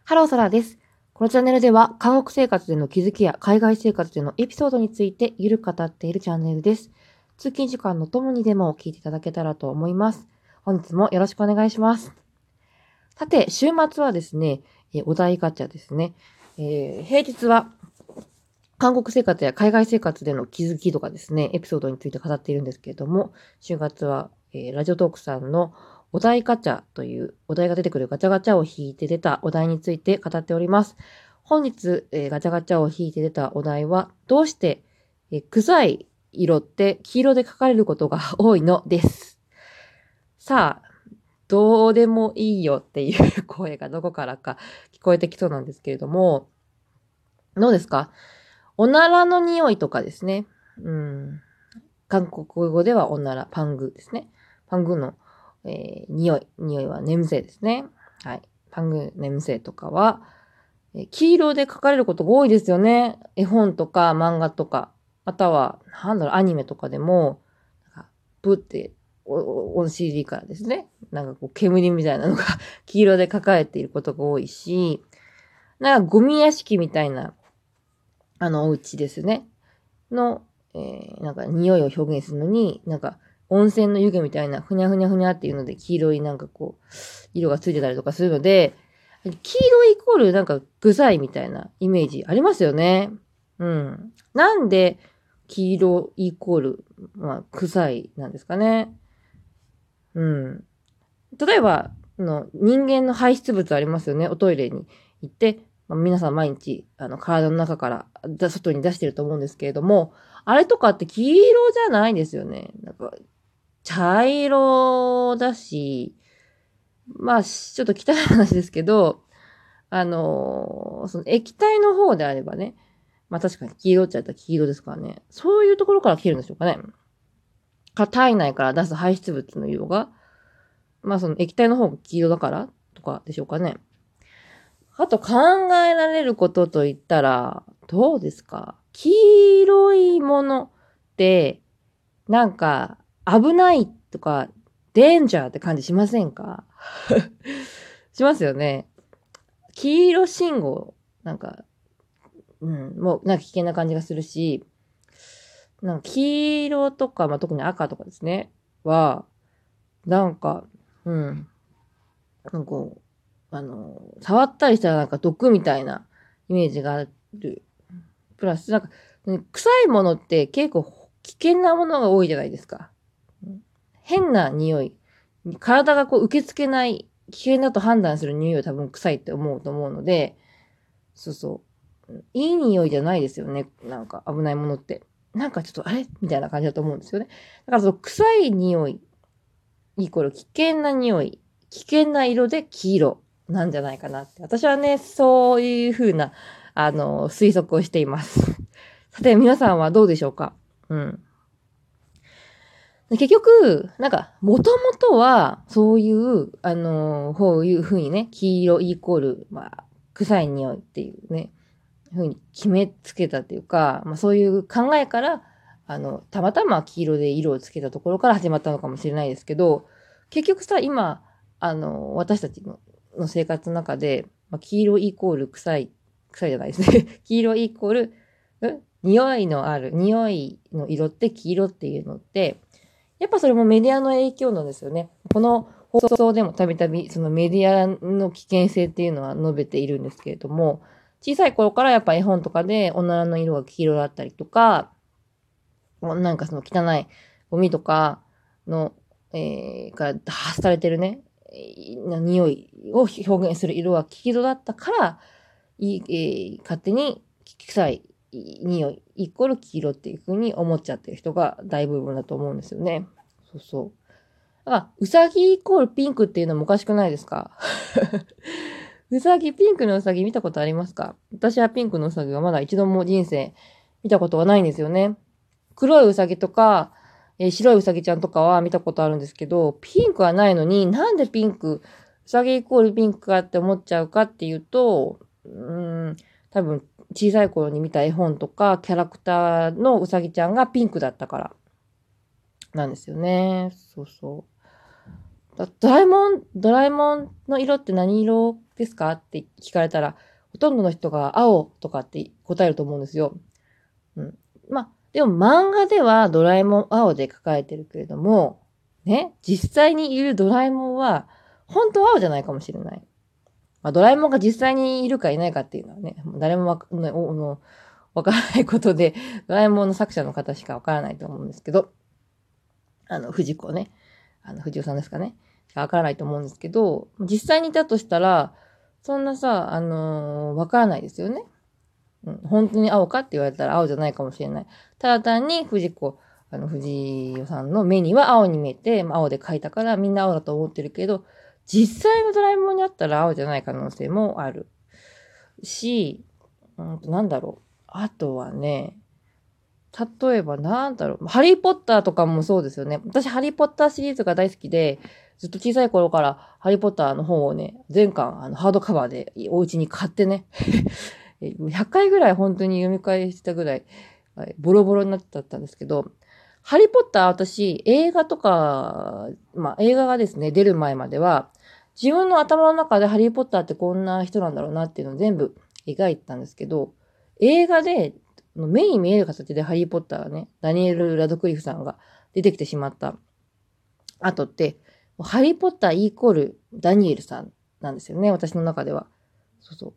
ハローソラです。このチャンネルでは、韓国生活での気づきや海外生活でのエピソードについてゆるく語っているチャンネルです。通勤時間のともにでも聞いていただけたらと思います。本日もよろしくお願いします。さて、週末はですね、お題ガチャですね。平日は韓国生活や海外生活での気づきとかですね、エピソードについて語っているんですけれども、週末は、ラジオトークさんのお題ガチャというお題が出てくるガチャガチャを引いて出たお題について語っております。本日、ガチャガチャを引いて出たお題は、どうして、臭い色って黄色で書かれることが多いのです。さあ、どうでもいいよっていう声がどこからか聞こえてきそうなんですけれども、どうですか？おならの匂いとかですね。韓国語ではおなら、パングですね。パングの、匂いはネムセですね。はい。パングネムセとかは、黄色で書かれることが多いですよね。絵本とか漫画とか、または、アニメとかでも、ブってお尻からですね。煙みたいなのが黄色で書かれていることが多いし、ゴミ屋敷みたいな、お家ですね。の、匂いを表現するのに、温泉の湯気みたいな、ふにゃふにゃふにゃっていうので、黄色い色がついてたりとかするので、黄色イコール臭いみたいなイメージありますよね。なんで黄色イコール、臭いなんですかね。例えば、人間の排出物ありますよね。おトイレに行って、皆さん毎日、体の中から外に出してると思うんですけれども、あれとかって黄色じゃないですよね。茶色だし、ちょっと汚い話ですけど、その液体の方であればね、確かに黄色っちゃったら黄色ですからね。そういうところから来るんでしょうかね。体内から出す排出物の色が、その液体の方が黄色だからとかでしょうかね。あと考えられることといったら、どうですか？黄色いものって、危ないとか、デンジャーって感じしませんか？しますよね。黄色信号、もう危険な感じがするし、黄色とか、特に赤とかですね、は、うん、触ったりしたら毒みたいなイメージがある。プラス、臭いものって結構危険なものが多いじゃないですか。変な匂い。体が受け付けない危険だと判断する匂いを多分臭いって思うと思うので、そうそう。いい匂いじゃないですよね。危ないものって。ちょっとあれみたいな感じだと思うんですよね。だから臭い匂いイコール危険な匂い、危険な色で黄色なんじゃないかなって。私はね、そういう風な、推測をしています。さて、皆さんはどうでしょうか？結局、もともとは、そういう、こういう風にね、黄色イコール、臭い匂いっていうね、風に決めつけたっていうか、そういう考えから、たまたま黄色で色をつけたところから始まったのかもしれないですけど、結局さ、今、私たちの生活の中で、黄色イコール臭いじゃないですね。黄色イコール、匂いの色って黄色っていうのって、やっぱそれもメディアの影響なんですよね。この放送でもたびたびそのメディアの危険性っていうのは述べているんですけれども、小さい頃からやっぱ絵本とかでおならの色が黄色だったりとか、その汚いゴミとかの、から発されてるね、匂いを表現する色は黄色だったから、勝手に臭い匂いイコール黄色っていう風に思っちゃってる人が大部分だと思うんですよね。そうそう。うさぎイコールピンクっていうのもおかしくないですか？ピンクのうさぎ見たことありますか？私はピンクのうさぎはまだ一度も人生見たことがないんですよね。黒いうさぎとか、白いうさぎちゃんとかは見たことあるんですけど、ピンクはないのになんでうさぎイコールピンクかって思っちゃうかっていうと、多分小さい頃に見た絵本とかキャラクターのうさぎちゃんがピンクだったからなんですよね。そうそう。 ドラえもんの色って何色ですかって聞かれたら、ほとんどの人が青とかって答えると思うんですよ。でも漫画ではドラえもん青で描かれてるけれども、ね、実際にいるドラえもんは、本当は青じゃないかもしれない。ドラえもんが実際にいるかいないかっていうのはね、誰もわからないことで、ドラえもんの作者の方しかわからないと思うんですけど、藤子ね、藤尾さんですかね、しかわからないと思うんですけど、実際にいたとしたら、そんなさ、わからないですよね。本当に青かって言われたら青じゃないかもしれない。ただ単に藤尾さんの目には青に見えて、青で描いたからみんな青だと思ってるけど、実際のドラえもんにあったら青じゃない可能性もあるし、なんだろう。あとはね、例えばなんだろう。ハリーポッターとかもそうですよね。私ハリーポッターシリーズが大好きで、ずっと小さい頃からハリーポッターの本をね、全巻ハードカバーでお家に買ってね、100回ぐらい本当に読み返したぐらい、ボロボロになっちゃったんですけど、ハリーポッター私映画とか、映画がですね、出る前までは、自分の頭の中でハリーポッターってこんな人なんだろうなっていうのを全部描いてたんですけど、映画で目に見える形でハリーポッターがね、ダニエル・ラドクリフさんが出てきてしまった後って、ハリーポッターイコールダニエルさんなんですよね、私の中では。そうそう。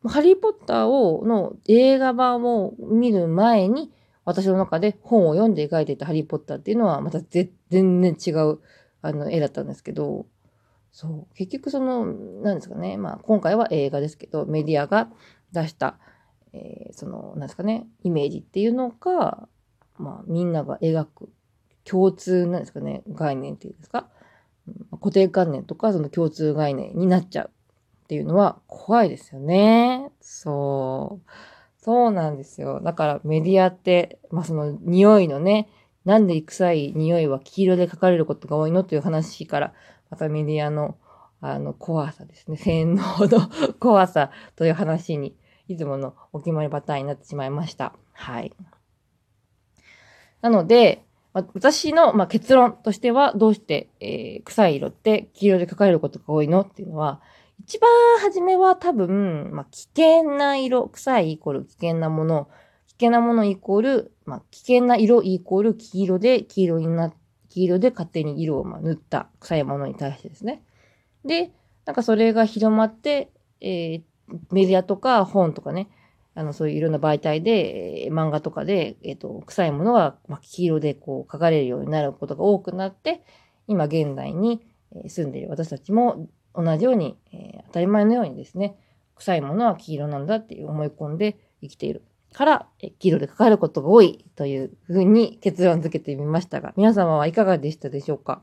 ハリーポッターの映画版を見る前に、私の中で本を読んで描いていたハリーポッターっていうのはまた全然違う絵だったんですけど、そう。結局なんですかね。今回は映画ですけど、メディアが出した、なんですかね、イメージっていうのが、みんなが描く共通なんですかね、概念っていうんですか。固定観念とかその共通概念になっちゃうっていうのは怖いですよね。そう。そうなんですよ。だからメディアって、その匂いのね、なんで臭い匂いは黄色で書かれることが多いのという話から、またメディアの怖さですね。洗脳の怖さという話に、いつものお決まりパターンになってしまいました。はい。なので、私の、結論としては、どうして、臭い色って黄色で書かれることが多いのっていうのは、一番初めは多分、危険な色、臭いイコール危険なもの、危険なものイコール、危険な色イコール黄色で勝手に色を塗った臭いものに対してですね。で、それが広まって、メディアとか本とかね、そういういろんな媒体で、漫画とかで、臭いものは、黄色でこう書かれるようになることが多くなって、今現在に住んでいる私たちも同じように、当たり前のようにですね、臭いものは黄色なんだっていう思い込んで生きているから、黄色で書かれることが多いというふうに結論付けてみましたが、皆様はいかがでしたでしょうか？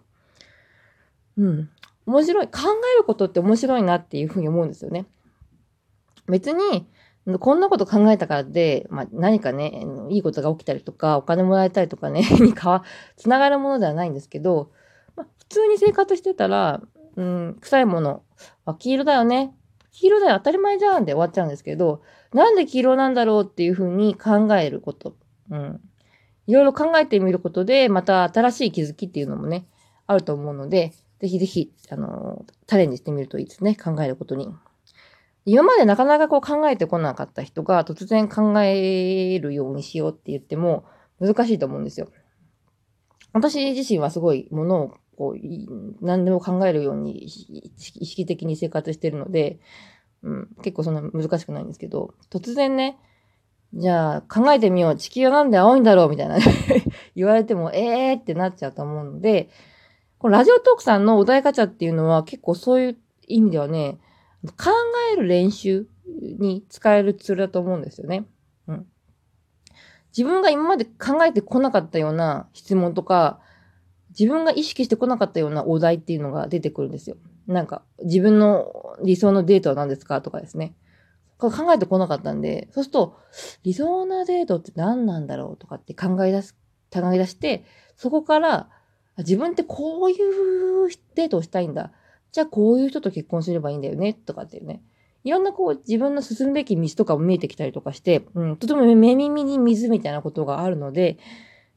面白い。考えることって面白いなっていうふうに思うんですよね。別に、こんなこと考えたからで、何かね、いいことが起きたりとか、お金もらえたりとかね、つながるものではないんですけど、普通に生活してたら、臭いもの、黄色だよね。黄色だよ、当たり前じゃんで終わっちゃうんですけど、なんで黄色なんだろうっていうふうに考えること。いろいろ考えてみることで、また新しい気づきっていうのもね、あると思うので、ぜひぜひ、チャレンジしてみるといいですね。考えることに。今までなかなか考えてこなかった人が突然考えるようにしようって言っても難しいと思うんですよ。私自身はすごいものを何でも考えるように意識的に生活してるので、結構そんな難しくないんですけど、突然ね、じゃあ考えてみよう。地球はなんで青いんだろうみたいな言われてもってなっちゃうと思うので、このラジオトークさんのお題ガチャっていうのは結構そういう意味ではね、考える練習に使えるツールだと思うんですよね。自分が今まで考えてこなかったような質問とか、自分が意識してこなかったようなお題っていうのが出てくるんですよ。自分の理想のデートは何ですかとかですね。考えてこなかったんで、そうすると、理想なデートって何なんだろうとかって考え出して、そこから、自分ってこういうデートをしたいんだ。じゃあこういう人と結婚すればいいんだよね、とかっていうね。いろんな自分の進むべき道とかも見えてきたりとかして、とても目耳に水みたいなことがあるので、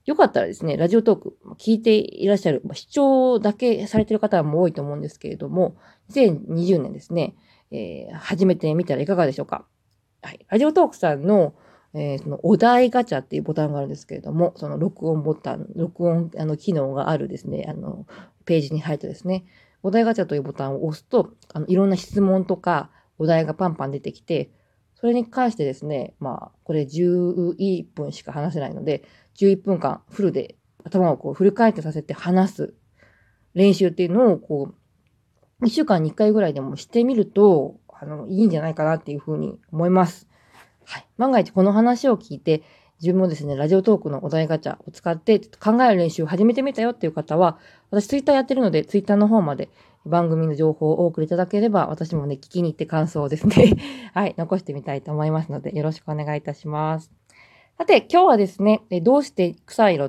よかったらですね、ラジオトーク聞いていらっしゃる、視聴だけされている方も多いと思うんですけれども、2020年ですね、始めてみたらいかがでしょうか。はい。ラジオトークさんの、そのお題ガチャっていうボタンがあるんですけれども、その録音ボタン、録音機能があるですね、ページに入ってですね、お題ガチャというボタンを押すと、いろんな質問とかお題がパンパン出てきて、それに関してですね、これ11分しか話せないので、11分間フルで頭をこうフル回転させて話す練習っていうのを、1週間に1回ぐらいでもしてみると、いいんじゃないかなっていうふうに思います。はい。万が一この話を聞いて、自分もですね、ラジオトークのお題ガチャを使って考える練習を始めてみたよっていう方は、私ツイッターやってるので、ツイッターの方まで番組の情報をお送りいただければ、私もね、聞きに行って感想をですね、はい、残してみたいと思いますので、よろしくお願いいたします。さて、今日はですね、どうして草色って、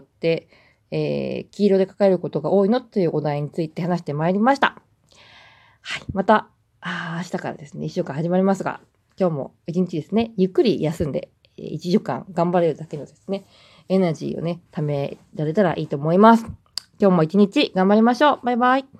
黄色で書かれることが多いのというお題について話してまいりました。はい。また、明日からですね、1週間始まりますが、今日も一日ですね、ゆっくり休んで、1週間頑張れるだけのですね、エナジーをね、貯められたらいいと思います。今日も一日頑張りましょう。バイバイ。